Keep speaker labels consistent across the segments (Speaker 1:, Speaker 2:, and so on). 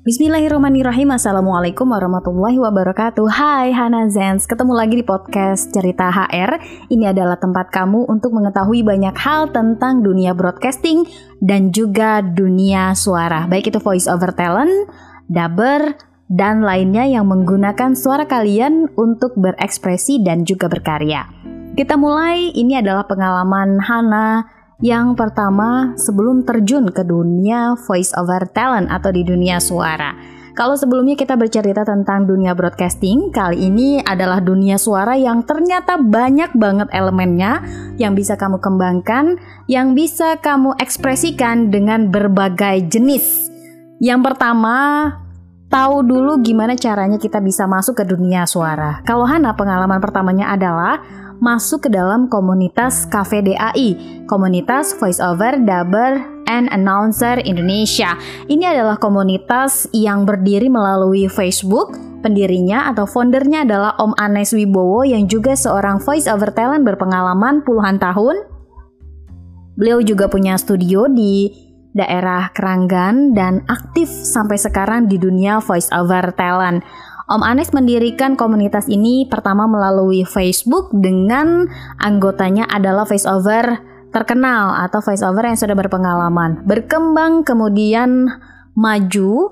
Speaker 1: Bismillahirrahmanirrahim. Assalamualaikum warahmatullahi wabarakatuh. Hai Hana Zens, ketemu lagi di podcast Cerita HR. Ini adalah tempat kamu untuk mengetahui banyak hal tentang dunia broadcasting dan juga dunia suara, baik itu voice over talent, dubber, dan lainnya yang menggunakan suara kalian untuk berekspresi dan juga berkarya. Kita mulai, ini adalah pengalaman Hana yang pertama sebelum terjun ke dunia voice over talent atau di dunia suara. Kalau sebelumnya kita bercerita tentang dunia broadcasting, kali ini adalah dunia suara yang ternyata banyak banget elemennya yang bisa kamu kembangkan, yang bisa kamu ekspresikan dengan berbagai jenis. Yang pertama, tahu dulu gimana caranya kita bisa masuk ke dunia suara. Kalau Hana, pengalaman pertamanya adalah masuk ke dalam komunitas KVDAI, komunitas Voice Over, Dubber, and Announcer Indonesia. Ini adalah komunitas yang berdiri melalui Facebook. Pendirinya atau foundernya adalah Om Anes Wibowo yang juga seorang voice over talent berpengalaman puluhan tahun. Beliau juga punya studio di daerah Keranggan dan aktif sampai sekarang di dunia voice over talent. Om Anes mendirikan komunitas ini pertama melalui Facebook dengan anggotanya adalah voice over terkenal atau voice over yang sudah berpengalaman. Berkembang kemudian maju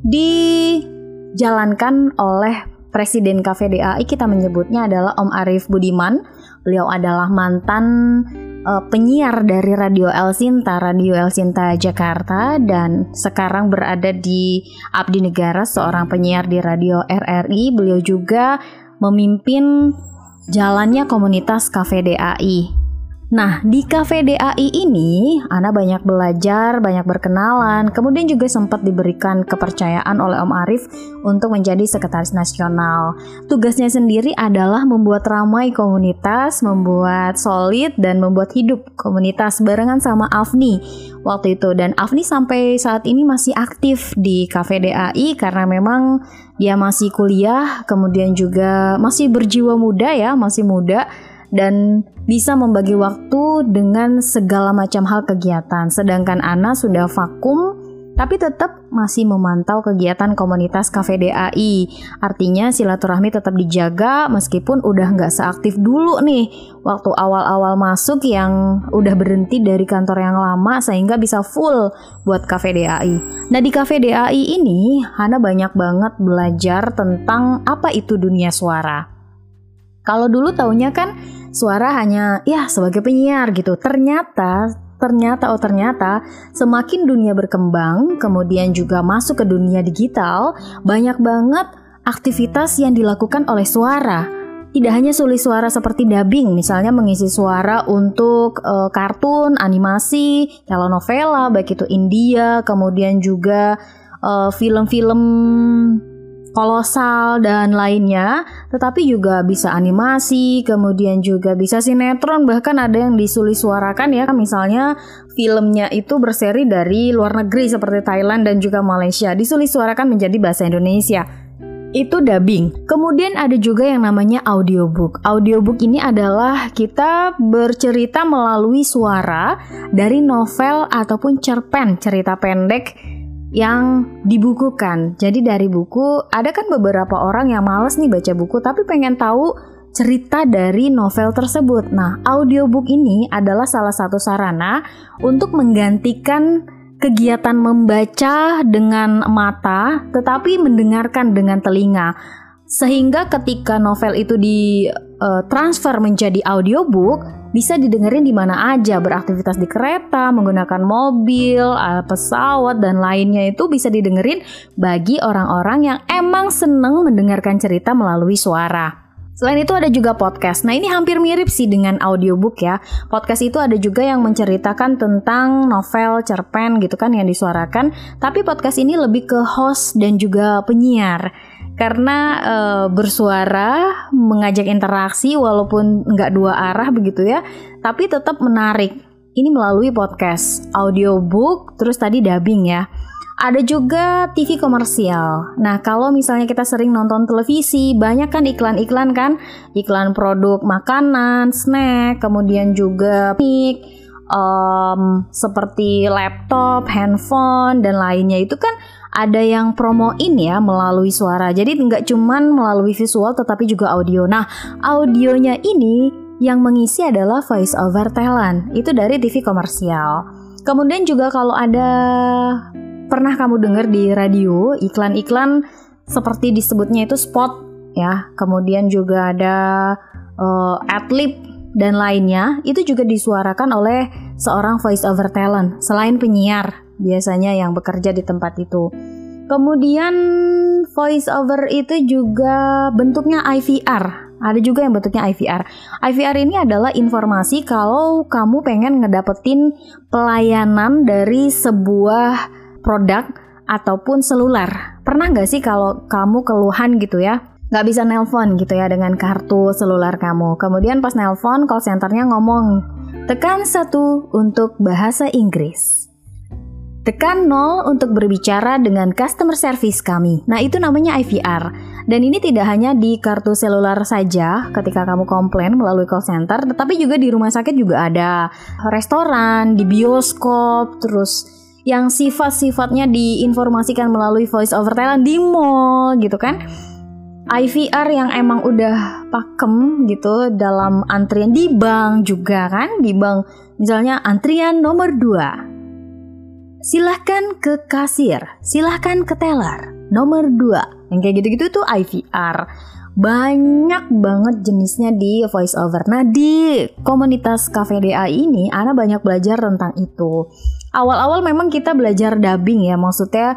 Speaker 1: dijalankan oleh Presiden KVDAI, kita menyebutnya adalah Om Arief Budiman. Beliau adalah mantan penyiar dari Radio El Sinta Jakarta dan sekarang berada di Abdi Negara, seorang penyiar di Radio RRI. Beliau juga memimpin jalannya komunitas KVDAI. Nah, di KVDAI ini Ana banyak belajar, banyak berkenalan, kemudian juga sempat diberikan kepercayaan oleh Om Arief untuk menjadi sekretaris nasional. Tugasnya sendiri adalah membuat ramai komunitas, membuat solid dan membuat hidup komunitas barengan sama Afni waktu itu. Dan Afni sampai saat ini masih aktif di KVDAI karena memang dia masih kuliah, kemudian juga masih berjiwa muda ya, masih muda dan bisa membagi waktu dengan segala macam hal kegiatan. Sedangkan Ana sudah vakum tapi tetap masih memantau kegiatan komunitas KVDAI. Artinya silaturahmi tetap dijaga meskipun udah nggak seaktif dulu nih waktu awal-awal masuk yang udah berhenti dari kantor yang lama sehingga bisa full buat KVDAI. Nah, di KVDAI ini Hana banyak banget belajar tentang apa itu dunia suara. Kalau dulu taunya kan suara hanya ya sebagai penyiar gitu. Ternyata semakin dunia berkembang, kemudian juga masuk ke dunia digital, banyak banget aktivitas yang dilakukan oleh suara. Tidak hanya sulih suara seperti dubbing, misalnya mengisi suara untuk kartun, animasi, telenovela, baik itu India, kemudian juga film-film kolosal dan lainnya, tetapi juga bisa animasi, kemudian juga bisa sinetron, bahkan ada yang disulisuarakan ya, misalnya filmnya itu berseri dari luar negeri seperti Thailand dan juga Malaysia, disulisuarakan menjadi bahasa Indonesia. Itu dubbing. Kemudian ada juga yang namanya audiobook. Audiobook ini adalah kita bercerita melalui suara dari novel ataupun cerpen, cerita pendek yang dibukukan. Jadi dari buku, ada kan beberapa orang yang malas nih baca buku tapi pengen tahu cerita dari novel tersebut. Nah, audiobook ini adalah salah satu sarana untuk menggantikan kegiatan membaca dengan mata tetapi mendengarkan dengan telinga. Sehingga ketika novel itu transfer menjadi audiobook, bisa didengerin di mana aja, beraktivitas di kereta, menggunakan mobil, pesawat, dan lainnya itu bisa didengerin bagi orang-orang yang emang seneng mendengarkan cerita melalui suara. Selain itu ada juga podcast. Nah, ini hampir mirip sih dengan audiobook ya. Podcast itu ada juga yang menceritakan tentang novel, cerpen gitu kan yang disuarakan. Tapi podcast ini lebih ke host dan juga penyiar. Karena bersuara, mengajak interaksi walaupun nggak dua arah begitu ya, tapi tetap menarik. Ini melalui podcast, audiobook, terus tadi dubbing ya. Ada juga TV komersial. Nah, kalau misalnya kita sering nonton televisi, banyak kan iklan-iklan kan, iklan produk makanan, snack, kemudian juga mic, seperti laptop, handphone dan lainnya itu kan ada yang promoin ya melalui suara. Jadi nggak cuman melalui visual tetapi juga audio. Nah, audionya ini yang mengisi adalah voice over talent. Itu dari TV komersial. Kemudian juga kalau ada pernah kamu dengar di radio iklan-iklan seperti disebutnya itu spot ya. Kemudian juga ada adlib dan lainnya, itu juga disuarakan oleh seorang voice over talent selain penyiar biasanya yang bekerja di tempat itu. Kemudian voice over itu juga bentuknya IVR. Ada juga yang bentuknya IVR. IVR ini adalah informasi kalau kamu pengen ngedapetin pelayanan dari sebuah produk ataupun seluler. Pernah nggak sih kalau kamu keluhan gitu ya, nggak bisa nelpon gitu ya dengan kartu seluler kamu. Kemudian pas nelpon, call centernya ngomong, tekan 1 untuk bahasa Inggris. Tekan 0 untuk berbicara dengan customer service kami. Nah, itu namanya IVR. Dan ini tidak hanya di kartu seluler saja ketika kamu komplain melalui call center, tetapi juga di rumah sakit juga ada. Restoran, di bioskop, terus yang sifat-sifatnya diinformasikan melalui voice over talent di mall gitu kan. IVR yang emang udah pakem gitu dalam antrian di bank juga kan. Di bank misalnya antrian nomor 2. Silahkan ke kasir, silahkan ke teller, nomor 2. Yang kayak gitu-gitu tuh IVR. Banyak banget jenisnya di voice over. Nah, di komunitas Cafe DA ini Ana banyak belajar tentang itu. Awal-awal memang kita belajar dubbing ya, maksudnya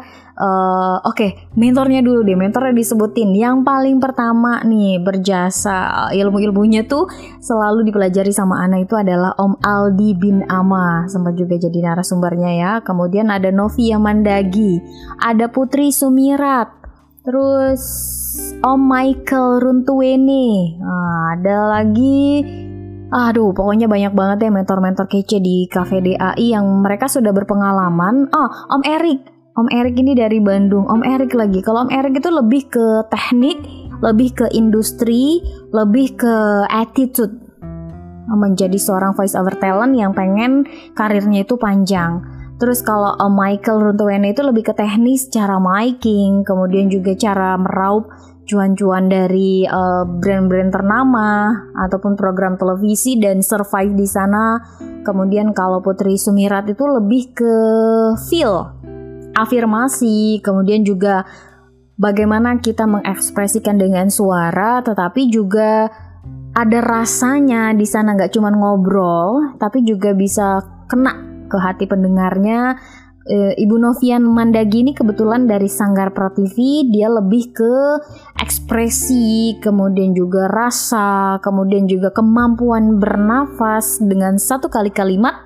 Speaker 1: mentornya dulu deh, mentornya disebutin. Yang paling pertama nih berjasa ilmu-ilmunya tuh selalu dipelajari sama Ana itu adalah Om Aldi bin Ama, sempat juga jadi narasumbernya ya. Kemudian ada Novia Mandagi, ada Putri Sumirat, terus Om Michael Runtuweni, ada lagi. Aduh, pokoknya banyak banget ya mentor-mentor kece di Cafe DAI yang mereka sudah berpengalaman. Om Erik ini dari Bandung. Om Erik lagi. Kalau Om Erik itu lebih ke teknik, lebih ke industri, lebih ke attitude. Menjadi seorang voice over talent yang pengen karirnya itu panjang. Terus kalau Om Michael Runtuweni itu lebih ke teknis, cara miking, kemudian juga cara meraup cuan-cuan dari brand-brand ternama ataupun program televisi dan survive di sana. Kemudian kalau Putri Sumirat itu lebih ke feel, afirmasi, kemudian juga bagaimana kita mengekspresikan dengan suara, tetapi juga ada rasanya di sana, nggak cuma ngobrol, tapi juga bisa kena ke hati pendengarnya. Ibu Novian Mandagi ini kebetulan dari Sanggar Prativi, dia lebih ke ekspresi, kemudian juga rasa, kemudian juga kemampuan bernafas dengan satu kali kalimat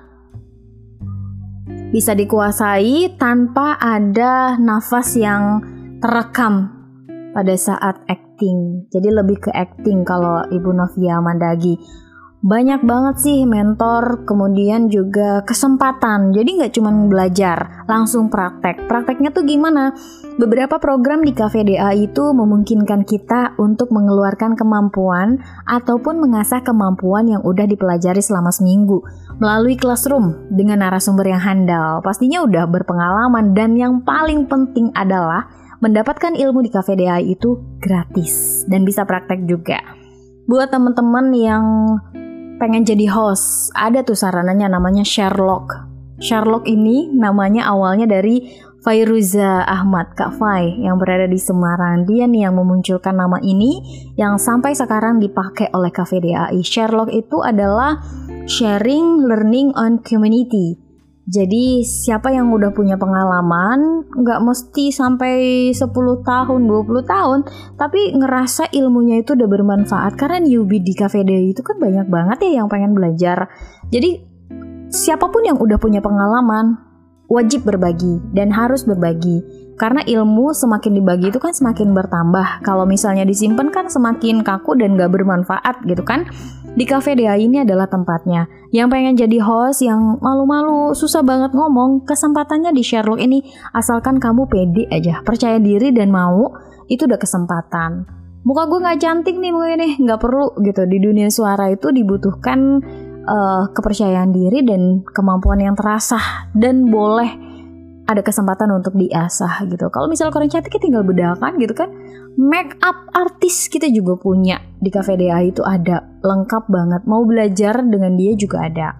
Speaker 1: bisa dikuasai tanpa ada nafas yang terekam pada saat acting. Jadi lebih ke acting kalau Ibu Novia Mandagi. Banyak banget sih mentor, kemudian juga kesempatan. Jadi nggak cuma belajar, langsung praktek. Prakteknya tuh gimana? Beberapa program di Cafe DA itu memungkinkan kita untuk mengeluarkan kemampuan ataupun mengasah kemampuan yang udah dipelajari selama seminggu melalui classroom dengan narasumber yang handal. Pastinya udah berpengalaman, dan yang paling penting adalah mendapatkan ilmu di Cafe DA itu gratis dan bisa praktek juga. Buat teman-teman yang pengen jadi host, ada tuh sarananya namanya Sherlock. Sherlock ini namanya awalnya dari Fairuza Ahmad, Kak Fai yang berada di Semarang. Dia nih yang memunculkan nama ini yang sampai sekarang dipakai oleh Cafe DAI. Sherlock itu adalah sharing learning on community. Jadi siapa yang udah punya pengalaman, gak mesti sampai 10 tahun, 20 tahun, tapi ngerasa ilmunya itu udah bermanfaat. Karena newbie di Cafe DAI itu kan banyak banget ya yang pengen belajar. Jadi siapapun yang udah punya pengalaman wajib berbagi dan harus berbagi. Karena ilmu semakin dibagi itu kan semakin bertambah. Kalau misalnya disimpan kan semakin kaku dan gak bermanfaat gitu kan. Di Cafe DA ini adalah tempatnya. Yang pengen jadi host, yang malu-malu, susah banget ngomong, kesempatannya di Sherlock ini. Asalkan kamu pede aja, percaya diri dan mau, itu udah kesempatan. Muka gue gak cantik nih mungkin nih, gak perlu gitu. Di dunia suara itu dibutuhkan kepercayaan diri dan kemampuan yang terasah dan boleh ada kesempatan untuk diasah gitu. Kalau misalnya kurang cantik ya tinggal bedakan gitu kan. Make up artis kita juga punya di Cafe DAI, itu ada, lengkap banget. Mau belajar dengan dia juga ada.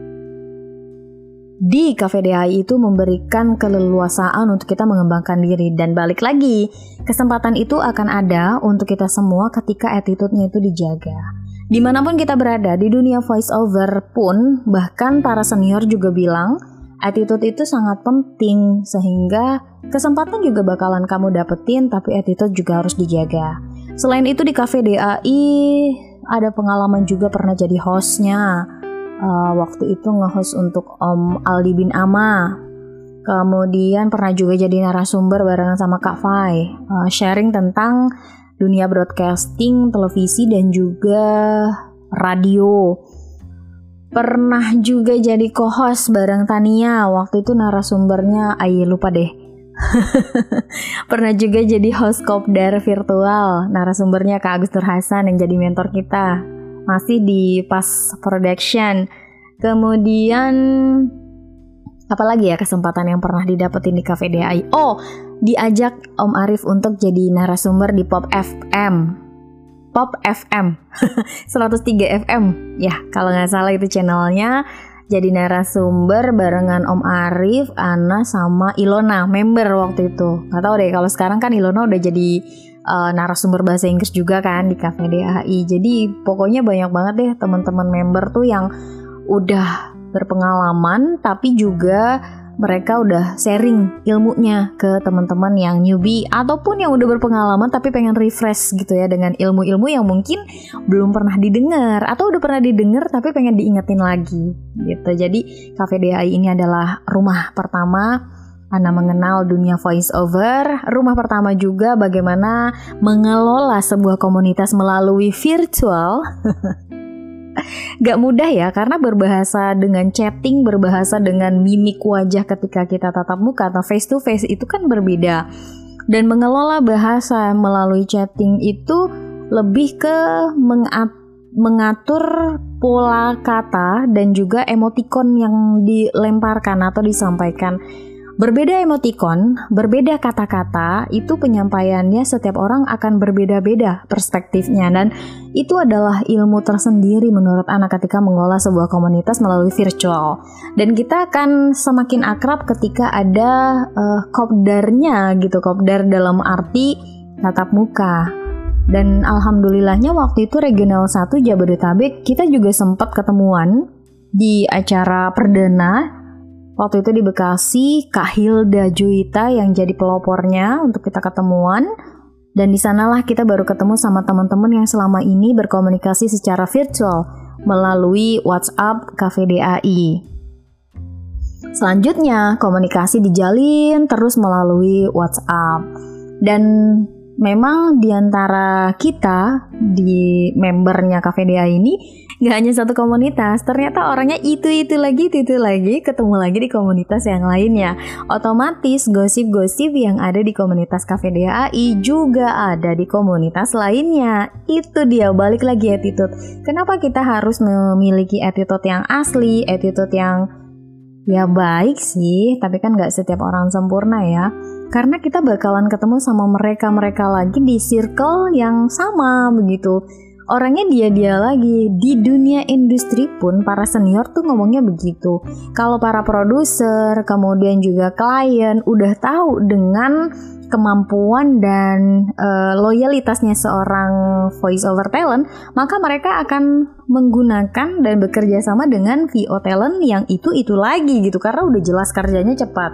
Speaker 1: Di Cafe DAI itu memberikan keleluasaan untuk kita mengembangkan diri. Dan balik lagi, kesempatan itu akan ada untuk kita semua ketika attitude-nya itu dijaga. Dimanapun kita berada, di dunia voice over pun, bahkan para senior juga bilang attitude itu sangat penting, sehingga kesempatan juga bakalan kamu dapetin, tapi attitude juga harus dijaga. Selain itu di Cafe DAI ada pengalaman juga pernah jadi hostnya. Waktu itu nge-host untuk Om Aldi bin Ama. Kemudian pernah juga jadi narasumber barengan sama Kak Fai, sharing tentang dunia broadcasting, televisi dan juga radio. Pernah juga jadi co-host bareng Tania, waktu itu narasumbernya lupa deh. Pernah juga jadi host kopdar virtual, narasumbernya Kak Agus Nur Hasan yang jadi mentor kita, masih di Pas Production. Kemudian apalagi ya kesempatan yang pernah didapetin di Cafe DAI? Oh, diajak Om Arif untuk jadi narasumber di Pop FM 103 FM ya kalau nggak salah itu channelnya. Jadi narasumber barengan Om Arif, Ana sama Ilona, member waktu itu. Nggak tahu deh kalau sekarang kan Ilona udah jadi narasumber bahasa Inggris juga kan di Cafe DAI. Jadi pokoknya banyak banget deh teman-teman member tuh yang udah berpengalaman, tapi juga mereka udah sharing ilmunya ke teman-teman yang newbie ataupun yang udah berpengalaman tapi pengen refresh gitu ya dengan ilmu-ilmu yang mungkin belum pernah didengar atau udah pernah didengar tapi pengen diingetin lagi gitu. Jadi Cafe DAI ini adalah rumah pertama Ana mengenal dunia voice over, rumah pertama juga bagaimana mengelola sebuah komunitas melalui virtual. Gak mudah ya, karena berbahasa dengan chatting, berbahasa dengan mimik wajah ketika kita tatap muka atau face to face itu kan berbeda. Dan mengelola bahasa melalui chatting itu lebih ke mengatur pola kata dan juga emoticon yang dilemparkan atau disampaikan. Berbeda emoticon, berbeda kata-kata, itu penyampaiannya setiap orang akan berbeda-beda perspektifnya, dan itu adalah ilmu tersendiri menurut anak ketika mengolah sebuah komunitas melalui virtual. Dan kita akan semakin akrab ketika ada kopdarnya gitu, kopdar dalam arti tatap muka. Dan alhamdulillahnya waktu itu Regional 1 Jabodetabek kita juga sempat ketemuan di acara perdana. Waktu itu di Bekasi, Kak Hilda Juwita yang jadi pelopornya untuk kita ketemuan. Dan di sanalah kita baru ketemu sama teman-teman yang selama ini berkomunikasi secara virtual melalui WhatsApp Cafe DAI. Selanjutnya, komunikasi dijalin terus melalui WhatsApp. Dan memang di antara kita di membernya Cafe DAI ini gak hanya satu komunitas, ternyata orangnya itu lagi, ketemu lagi di komunitas yang lainnya. Otomatis gosip-gosip yang ada di komunitas Cafe DAI juga ada di komunitas lainnya. Itu dia, balik lagi attitude. Kenapa kita harus memiliki attitude yang asli, attitude yang ya baik sih, tapi kan gak setiap orang sempurna ya. Karena kita bakalan ketemu sama mereka-mereka lagi di circle yang sama begitu. Orangnya dia lagi. Di dunia industri pun para senior tuh ngomongnya begitu. Kalau para produser, kemudian juga klien udah tahu dengan kemampuan dan loyalitasnya seorang voice over talent, maka mereka akan menggunakan dan bekerja sama dengan VO talent yang itu lagi gitu, karena udah jelas kerjanya cepat.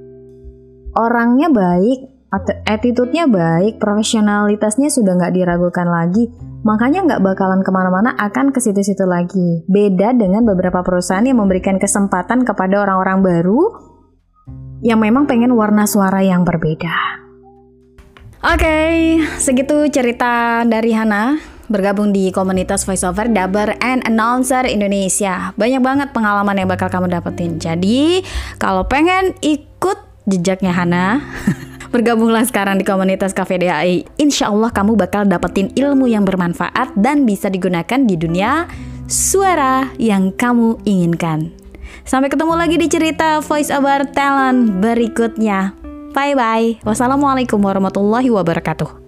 Speaker 1: Orangnya baik, attitude-nya baik, profesionalitasnya sudah nggak diragukan lagi, makanya nggak bakalan kemana-mana, akan ke situ-situ lagi. Beda dengan beberapa perusahaan yang memberikan kesempatan kepada orang-orang baru yang memang pengen warna suara yang berbeda. Oke, segitu cerita dari Hana bergabung di komunitas voiceover Dubber and Announcer Indonesia. Banyak banget pengalaman yang bakal kamu dapetin. Jadi, kalau pengen ikut jejaknya Hana, bergabunglah sekarang di komunitas Cafe DAI. Insya Allah kamu bakal dapetin ilmu yang bermanfaat dan bisa digunakan di dunia
Speaker 2: suara yang kamu inginkan. Sampai ketemu lagi di cerita Voice Over Talent berikutnya. Bye-bye. Wassalamualaikum warahmatullahi wabarakatuh.